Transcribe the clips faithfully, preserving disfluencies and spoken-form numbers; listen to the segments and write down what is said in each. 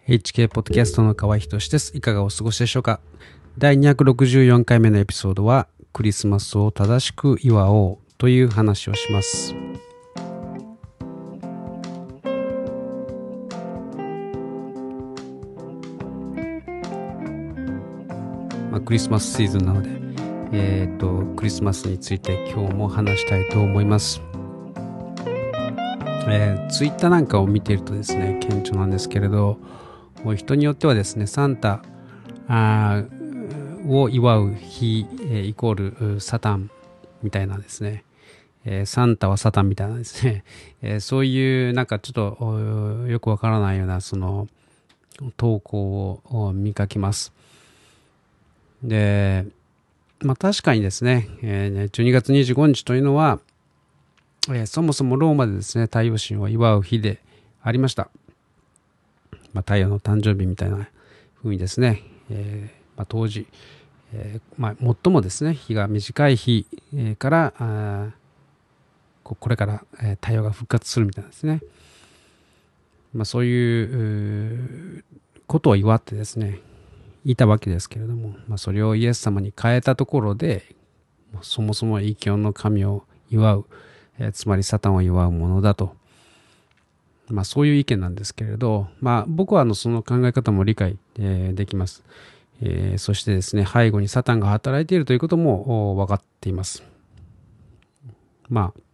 エイチケー ポッドキャストの河合仁です。いかがお過ごしでしょうか。だいにひゃくろくじゅうよんかいめのエピソードは、クリスマスを正しく祝おうという話をします。まあ、クリスマスシーズンなので、えーと、クリスマスについて今日も話したいと思います。えー、ツイッターなんかを見ているとですね、顕著なんですけれど、人によってはですね、サンタあを祝う日、えー、イコールサタンみたいなですね、えー、サンタはサタンみたいなですね、えー、そういうなんかちょっとよくわからないようなその投稿を見かけます。で、まあ確かにですね、えー、じゅうにがつにじゅうごにちというのは、えー、そもそもローマでですね、太陽神を祝う日でありました。まあ、太陽の誕生日みたいな風にですね、えーまあ、当時、えーまあ、最もですね日が短い日、えー、からあここれから、えー、太陽が復活するみたいなですね、まあ、そういうことを祝ってですねいたわけですけれども、まあ、それをイエス様に変えたところでそもそも異教の神を祝う、えー、つまりサタンを祝うものだと、まあ、そういう意見なんですけれど、まあ、僕はあのその考え方も理解、えー、できます。えー、そしてですね、背後にサタンが働いているということも分かっています。まあ、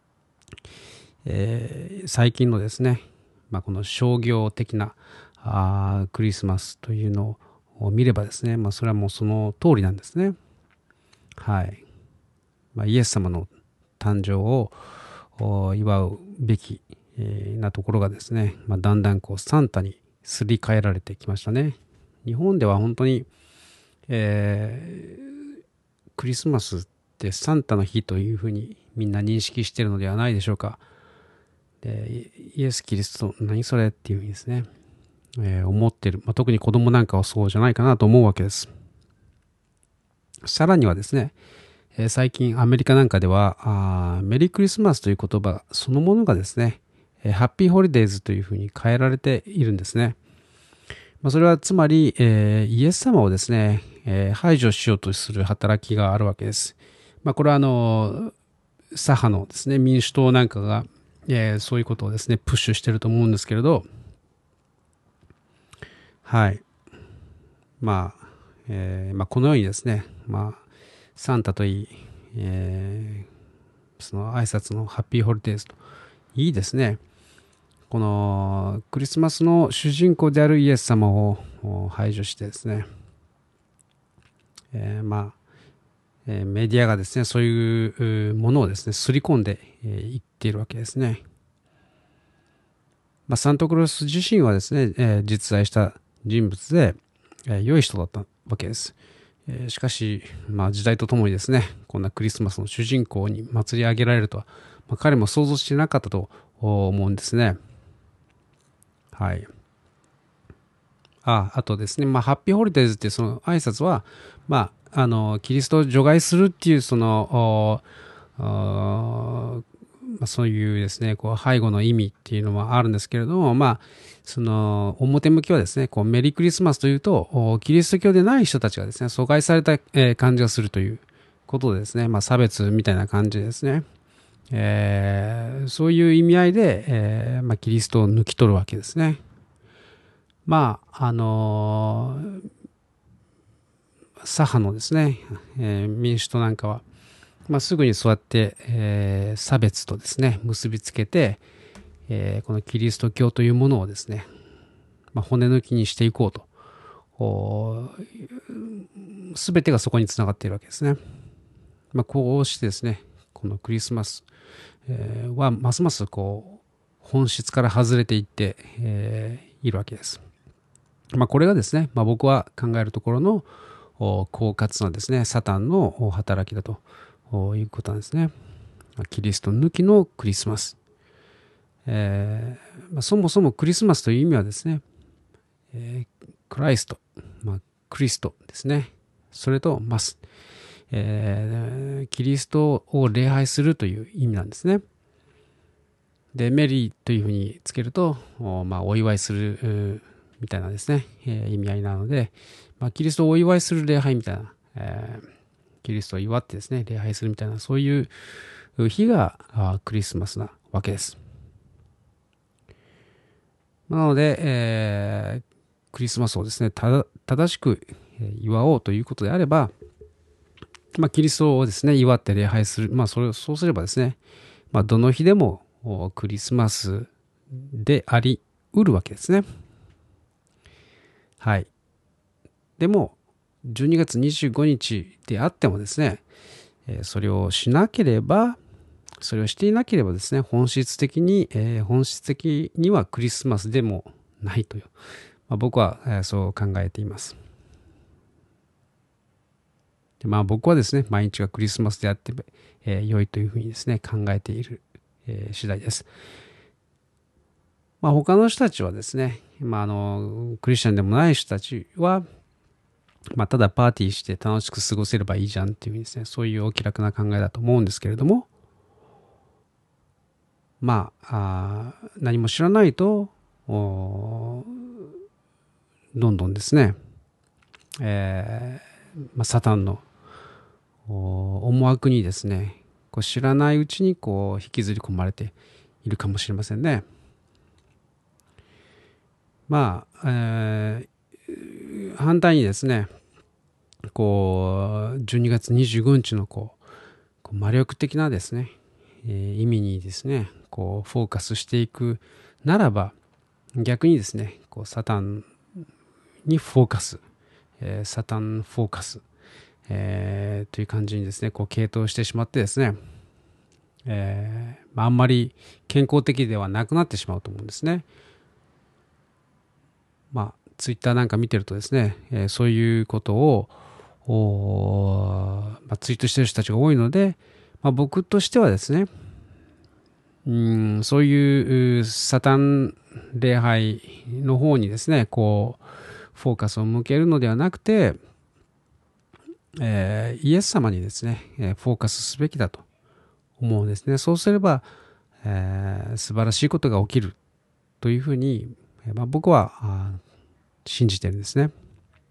えー、最近のですね、まあ、この商業的なあクリスマスというのを見ればですね、まあ、それはもうその通りなんですね。はい。まあ、イエス様の誕生を祝うべき、えー、なところがですね、まあ、だんだんこうサンタにすり替えられてきましたね。日本では本当に、えー、クリスマスってサンタの日というふうにみんな認識しているのではないでしょうか。でイエス・キリスト何それっていうふうにですね、えー、思っている、まあ、特に子供なんかはそうじゃないかなと思うわけです。さらにはですね、えー、最近アメリカなんかではあメリークリスマスという言葉そのものがですね、えー、ハッピーホリデーズというふうに変えられているんですね。まあ、それはつまり、えー、イエス様をですね、えー、排除しようとする働きがあるわけです。まあ、これはあの左派のですね民主党なんかが、えー、そういうことをですねプッシュしてると思うんですけれど、はいまあ、えーまあ、このようにですね、まあ、サンタといい、えー、その挨拶のハッピーホリデーズといいですね。このクリスマスの主人公であるイエス様を排除してですね、えー、まあ、えー、メディアがですねそういうものをですね刷り込んでい、えー、っているわけですね。まあ、サンタクロース自身はですね、えー、実在した人物で、えー、良い人だったわけです。えー、しかし、まあ、時代とともにですねこんなクリスマスの主人公に祭り上げられるとは、まあ、彼も想像してなかったと思うんですね。はい。あ、あとですね、まあ、ハッピーホリデーズっていうその挨拶は、まあ、あの、キリストを除外するっていう、その、まあ、そういうですね、こう、背後の意味っていうのはあるんですけれども、まあ、その、表向きはですね、こう、メリークリスマスというと、キリスト教でない人たちがですね、阻害された、えー、感じがするということでですね、まあ、差別みたいな感じですね。えー、そういう意味合いで、えーまあ、キリストを抜き取るわけですね。まあ、あのー、左派のですね、えー、民主党なんかは、まあ、すぐにそうやって、えー、差別とですね、結びつけて、えー、このキリスト教というものをですね、まあ、骨抜きにしていこうと、すべてがそこにつながっているわけですね。まあ、こうしてですね、このクリスマス、えー、はますますこう本質から外れていって、えー、いるわけです。まあ、これがですね、まあ、僕は考えるところの狡猾なですね、サタンの働きだということなんですね。キリスト抜きのクリスマス。えーまあ、そもそもクリスマスという意味はですね、えー、クライスト、まあ、クリストですね。それとマス、えー、キリストを礼拝するという意味なんですね。で、メリーというふうにつけると、まあ、お祝いするみたいなですね、えー意味合いなので、まあ、キリストをお祝いする礼拝みたいな、えーキリストを祝ってですね、礼拝するみたいな、そういう日があクリスマスなわけです。なので、えークリスマスをですね、ただ正しく祝おうということであれば、まあ、キリストをですね、祝って礼拝する。まあ、それを、そうすればですね、まあ、どの日でもおクリスマスであり得るわけですね。はい。でも、じゅうにがつにじゅうごにちであってもですね、えーそれをしなければ、それをしていなければですね、本質的に、えー本質的にはクリスマスでもないという、まあ、僕は、えーそう考えています。でまあ僕はですね、毎日がクリスマスであって、えー良いというふうにですね、考えている、えー次第です。まあ他の人たちはですね、まああの、クリスチャンでもない人たちは、まあただパーティーして楽しく過ごせればいいじゃんっていうふうにですね、そういうお気楽な考えだと思うんですけれども、まあ、あ何も知らないと、どんどんですね、えーまあ、サタンの思惑にですね、こう知らないうちにこう引きずり込まれているかもしれませんね。まあ、えー反対にですね、こう、じゅうにがつにじゅうごにちのこう、こう魔力的なですね、えー意味にですね、こう、フォーカスしていくならば、逆にですね、こう、サタンにフォーカス、えーサタンフォーカス、えーという感じにですね、こう、傾倒してしまってですね、えーまあ、あんまり健康的ではなくなってしまうと思うんですね。まあ、ツイッターなんか見てるとですね、えーそういうことを、まあ、ツイートしてる人たちが多いので、まあ、僕としてはですね、うんそういうサタン礼拝の方にですね、こう、フォーカスを向けるのではなくて、えーイエス様にですね、えーフォーカスすべきだと思うんですね。そうすれば、えー素晴らしいことが起きるというふうに、まあ、僕は信じてるんですね。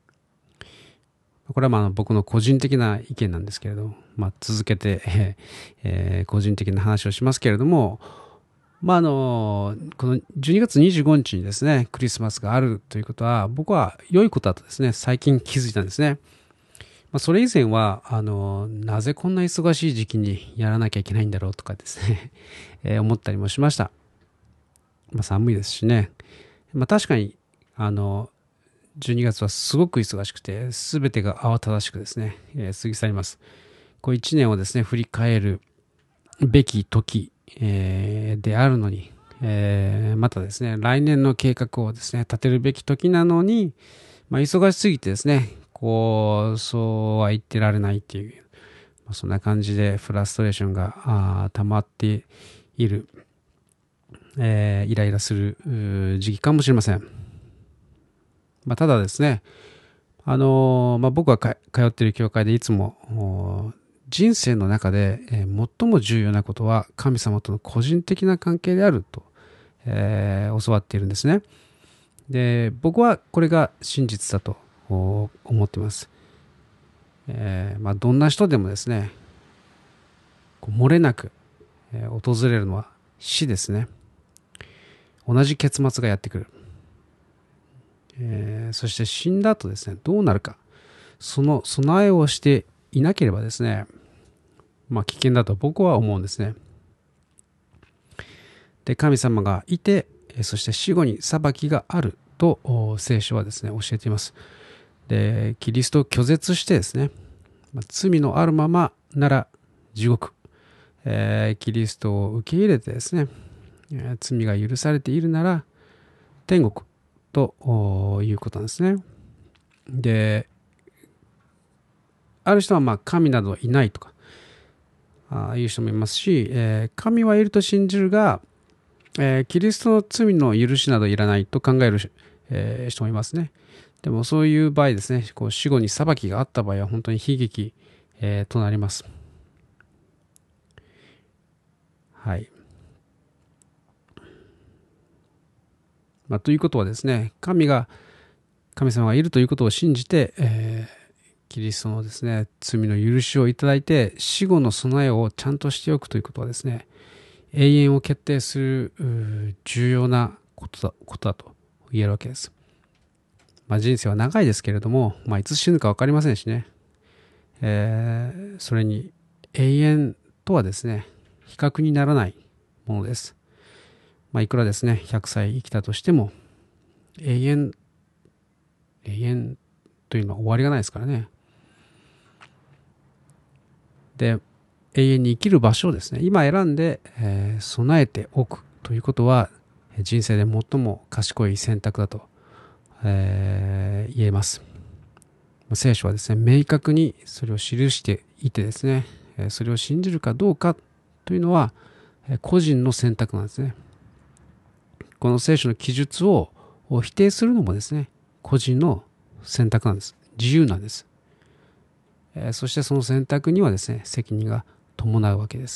これはまあ僕の個人的な意見なんですけれど、まあ、続けて、えー個人的な話をしますけれども、まああのこのじゅうにがつにじゅうごにちにですね、クリスマスがあるということは、僕は良いことだとですね、最近気づいたんですね。まあ、それ以前は、あのなぜこんな忙しい時期にやらなきゃいけないんだろうとかですね、えー思ったりもしました。まあ、寒いですしね。まあ、確かに、あのじゅうにがつはすごく忙しくて、すべてが慌ただしくですね、えー過ぎ去ります。こういちねんをですね、振り返るべき時、えーであるのに、えーまたですね、来年の計画をですね、立てるべき時なのに、まあ、忙しすぎてですね、こう、そうは言ってられないっていう、まあ、そんな感じでフラストレーションがあ溜まっている、えーイライラする時期かもしれません。まあ、ただですね、あのーまあ、僕が通っている教会でいつも人生の中で、えー最も重要なことは神様との個人的な関係であると、えー教わっているんですね。で、僕はこれが真実だと思っています。えーまあ、どんな人でもですね、こう漏れなく、えー訪れるのは死ですね。同じ結末がやってくる。えーそして死んだ後ですね、どうなるか。その備えをしていなければですね、まあ危険だと僕は思うんですね。で、神様がいて、そして死後に裁きがあると聖書はですね、教えています。で、キリストを拒絶してですね、まあ、罪のあるままなら地獄、えーキリストを受け入れてですね、えー罪が許されているなら天国ということなんですね。で、ある人はまあ神などいないとかあいう人もいますし、えー神はいると信じるが、えーキリストの罪の許しなどいらないと考える、えー人もいますね。でもそういう場合ですね、こう死後に裁きがあった場合は本当に悲劇、えーとなります。はい。 まあ、ということはですね、神が、神様がいるということを信じて、えーキリストのですね、罪の許しをいただいて、死後の備えをちゃんとしておくということはですね、永遠を決定する重要なことだ、ことだと言えるわけです。まあ、人生は長いですけれども、まあ、いつ死ぬか分かりませんしね、えーそれに永遠とはですね、比較にならないものです。まあ、いくらですね、ひゃくさい生きたとしても、永遠、永遠というのは終わりがないですからね。で、永遠に生きる場所をですね、今選んで、えー備えておくということは、人生で最も賢い選択だと、えー言えます。聖書はですね、明確にそれを記していてですね、それを信じるかどうかというのは、個人の選択なんですね。この聖書の記述を否定するのもですね、個人の選択なんです。自由なんです。そしてその選択にはですね、責任が伴うわけです。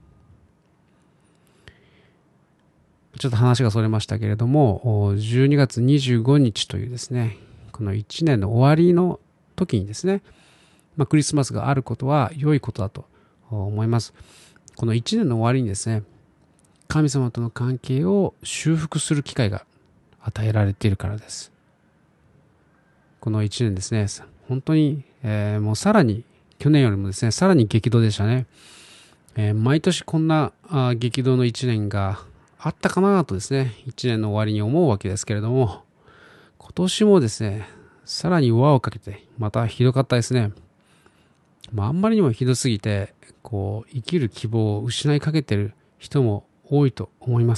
ちょっと話がそれましたけれども、じゅうにがつにじゅうごにちというですね、このいちねんの終わりの時にですね、まあ、クリスマスがあることは良いことだと思います。このいちねんの終わりにですね、神様との関係を修復する機会が与えられているからです。このいちねんですね、本当に、えーもうさらに、去年よりもですね、さらに激動でしたね。えー毎年こんなあ激動のいちねんがあったかなとですね、いちねんの終わりに思うわけですけれども、今年もですね、さらに輪をかけて、またひどかったですね。まあ、あんまりにもひどすぎて、こう、生きる希望を失いかけている人も多いと思います。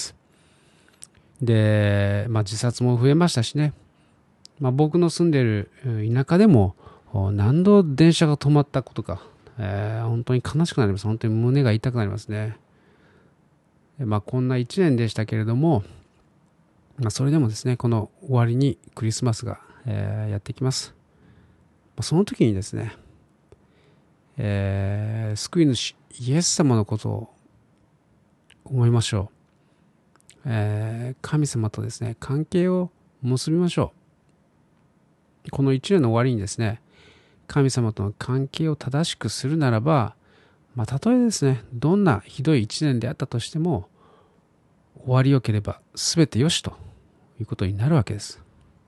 で、まあ、自殺も増えましたしね。まあ、僕の住んでいる田舎でも、何度電車が止まったことか、えー本当に悲しくなります。本当に胸が痛くなりますね。でまあ、こんないちねんでしたけれども、まあ、それでもですね、この終わりにクリスマスが、えーやってきます。まあ、その時にですね、えー救い主イエス様のことを思いましょう、えー神様とですね関係を結びましょう。この一年の終わりにですね、神様との関係を正しくするならば、まあ、たとえですねどんなひどい一年であったとしても、終わりよければ全てよしということになるわけです。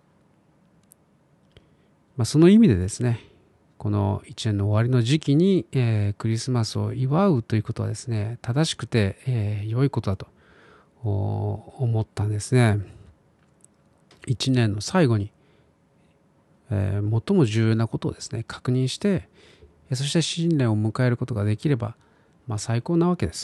まあ、その意味でですね、このいちねんの終わりの時期に、えークリスマスを祝うということはですね、正しくて、えー良いことだとお思ったんですね。いちねんの最後に、えー最も重要なことをですね、確認して、そして新年を迎えることができれば、まあ、最高なわけです。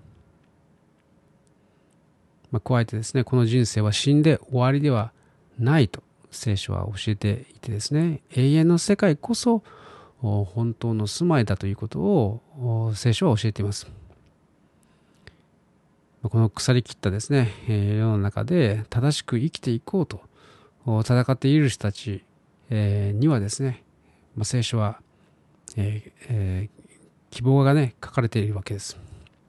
まあ、加えてですね、この人生は死んで終わりではないと聖書は教えていてですね、永遠の世界こそお本当の住まいだということをお聖書は教えています。この腐りきったですね、えー世の中で正しく生きていこうとお戦っている人たち、えーにはですね、まあ、聖書は、えーえー希望がね、書かれているわけです。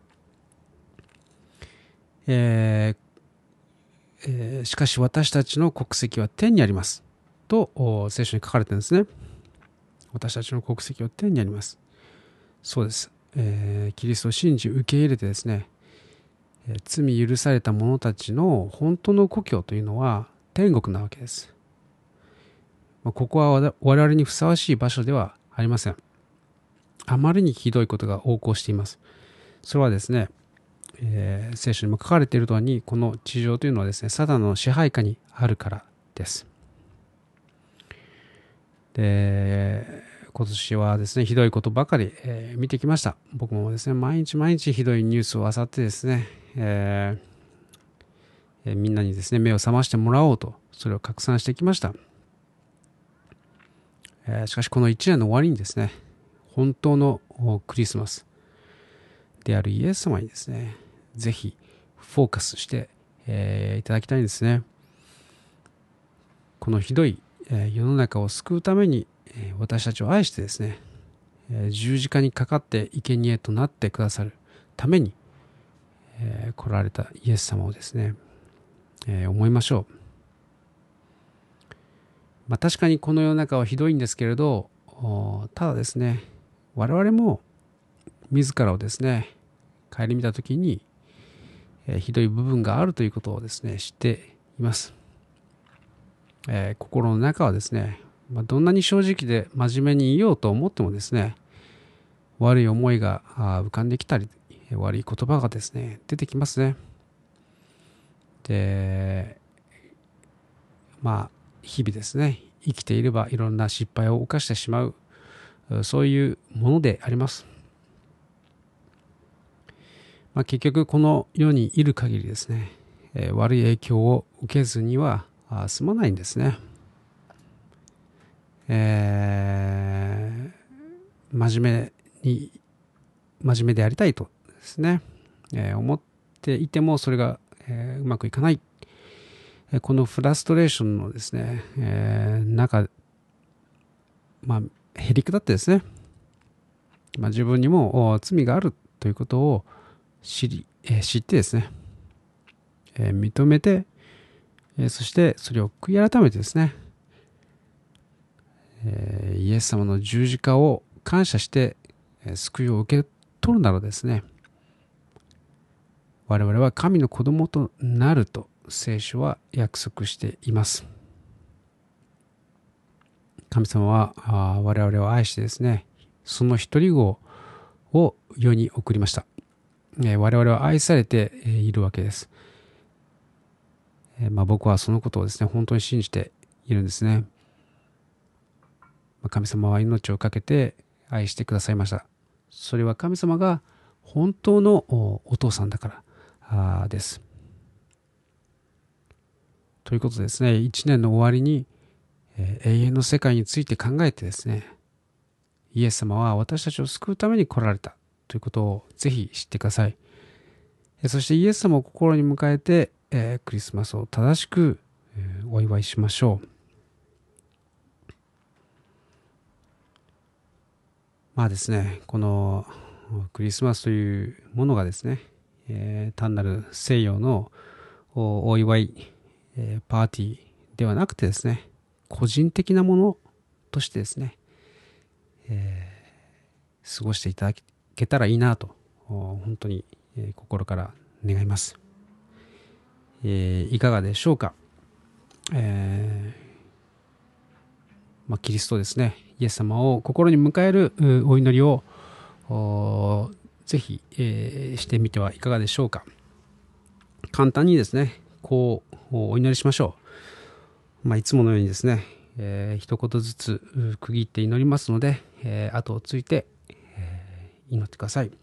えーえーしかし私たちの国籍は天にありますとお聖書に書かれているんですね。私たちの国籍は天にあります。そうです。えーキリストを信じ受け入れてですね、えー罪許された者たちの本当の故郷というのは天国なわけです。まあここは我我々にふさわしい場所ではありません。あまりにひどいことが横行しています。それはですね、えー聖書にも書かれているとおりに、この地上というのはですね、サタンの支配下にあるからです。で、今年はですね、ひどいことばかり、えー見てきました。僕もですね、毎日毎日ひどいニュースを漁ってですね、えーえーみんなにですね、目を覚ましてもらおうと、それを拡散してきました。えーしかし、このいちねんの終わりにですね、本当のおクリスマスであるイエス様にですね、ぜひフォーカスして、えーいただきたいんですね。このひどい、えー世の中を救うために、えー私たちを愛してですね、えー十字架にかかって生贄となってくださるために、えー来られたイエス様をですね、 えー思いましょう。まあ、確かにこの世の中はひどいんですけれど、ただですね、我々も自らをですね、顧みたときに、えーひどい部分があるということをですね、知っています。えー心の中はですね、まあ、どんなに正直で真面目にいようと思ってもですね、悪い思いが浮かんできたり、悪い言葉がですね、出てきますね。で、まあ、日々ですね、生きていればいろんな失敗を犯してしまう、そういうものであります。まあ、結局、この世にいる限りですね、えー悪い影響を受けずにはあ済まないんですね。えー真面目に、真面目でありたいとですね、えー思っていてもそれが、えーうまくいかない。えーこのフラストレーションのですね、えー中、まあ、へりくだってですね、まあ、自分にもお罪があるということを知り、えー知ってですね、えー認めて、えーそしてそれを悔い改めてですね、えーイエス様の十字架を感謝して、えー救いを受け取るならですね、我々は神の子供となると聖書は約束しています。神様はあー我々を愛してですね、その一人子を世に送りました。えー我々は愛されてえーいるわけです。えーまあ、僕はそのことをですね、本当に信じているんですね。まあ神様は命を懸けて愛してくださいました。それは神様が本当のおお父さんだからあーです。ということでですね、一年の終わりに、えー永遠の世界について考えてですね、イエス様は私たちを救うために来られたということをぜひ知ってください。えーそしてイエス様を心に迎えて、えークリスマスを正しく、えーお祝いしましょう。まあですね、このクリスマスというものがですね、えー単なる西洋のおお祝い、えーパーティーではなくてですね、個人的なものとしてですね、えー過ごしていただけたらいいなと、お本当に、えー心から願います。えーいかがでしょうか。えーまあ、キリストですね、イエス様を心に迎えるうお祈りをおぜひ、えーしてみてはいかがでしょうか。簡単にですね、こうお祈りしましょう。まあ、いつものようにですね、えー一言ずつう区切って祈りますので、えー後をついて、えー祈ってください。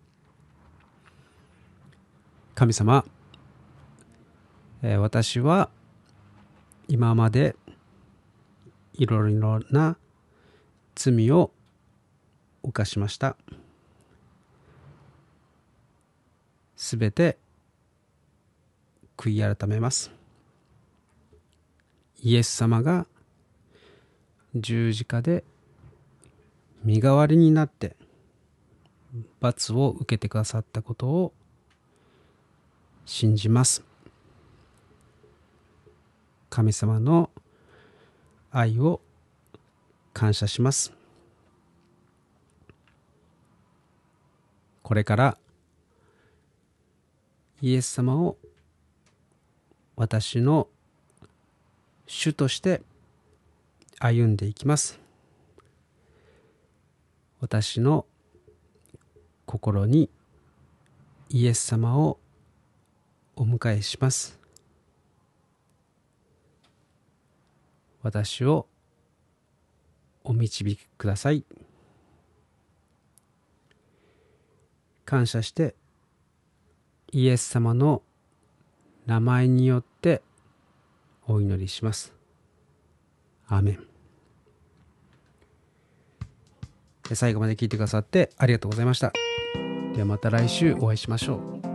神様、えー私は今までいろいろな罪を犯しました。すべて悔い改めます。イエス様が十字架で身代わりになって罰を受けてくださったことを信じます。神様の愛を感謝します。これからイエス様を私の主として歩んでいきます。私の心にイエス様をお迎えします。私をお導きください。感謝してイエス様の名前によってお祈りします。アーメン。最後まで聞いてくださってありがとうございました。ではまた来週お会いしましょう。